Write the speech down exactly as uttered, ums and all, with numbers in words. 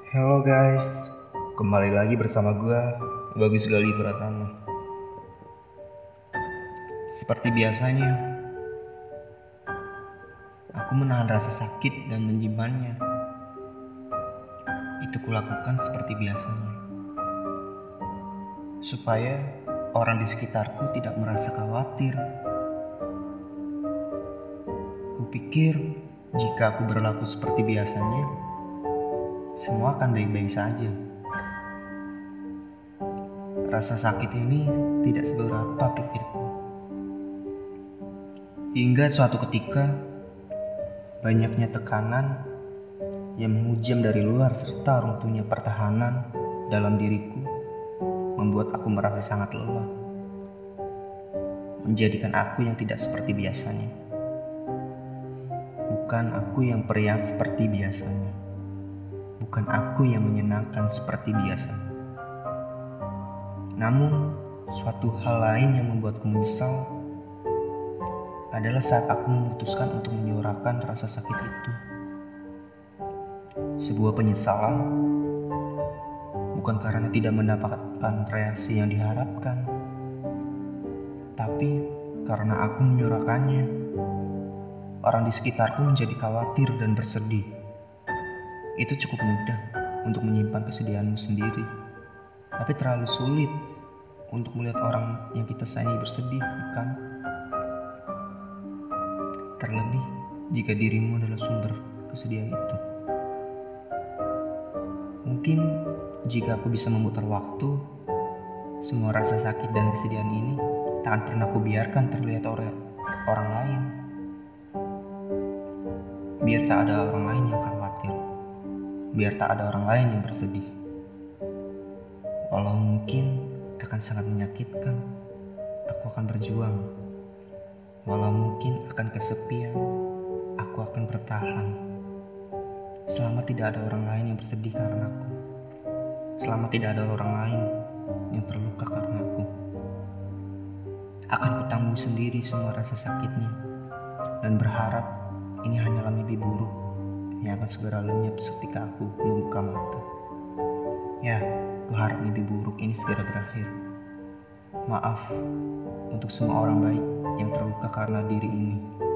Halo guys, kembali lagi bersama gue, Bagus Gali Pratama. Seperti biasanya, aku menahan rasa sakit dan menyimpannya. Itu kulakukan seperti biasanya, supaya orang di sekitarku tidak merasa khawatir. Kupikir jika aku berlaku seperti biasanya, semua akan baik-baik saja. Rasa sakit ini tidak seberapa pikirku. Hingga suatu ketika, banyaknya tekanan yang menghujam dari luar serta runtuhnya pertahanan dalam diriku membuat aku merasa sangat lelah. Menjadikan aku yang tidak seperti biasanya. Bukan aku yang periang seperti biasanya. Bukan aku yang menyenangkan seperti biasa. Namun, suatu hal lain yang membuatku menyesal adalah saat aku memutuskan untuk menyuarakan rasa sakit itu. Sebuah penyesalan, bukan karena tidak mendapatkan reaksi yang diharapkan, tapi karena aku menyuarakannya, orang di sekitarku menjadi khawatir dan bersedih. Itu cukup mudah untuk menyimpan kesedihanmu sendiri, tapi terlalu sulit untuk melihat orang yang kita sayangi bersedih, bukan? Terlebih jika dirimu adalah sumber kesedihan itu. Mungkin jika aku bisa memutar waktu, semua rasa sakit dan kesedihan ini tak akan pernah kubiarkan terlihat oleh orang lain. Biar tak ada orang lain yang khawatir. Biar tak ada orang lain yang bersedih. Walau mungkin akan sangat menyakitkan, aku akan berjuang. Walau mungkin akan kesepian, aku akan bertahan. Selama tidak ada orang lain yang bersedih karena aku. Selama tidak ada orang lain yang terluka karena aku. Akan kutanggung sendiri semua rasa sakitnya. Dan berharap ini hanyalah mimpi buruk yang akan segera lenyap seketika aku membuka mata. Ya, kuharap mimpi buruk ini segera berakhir. Maaf untuk semua orang baik yang terluka karena diri ini.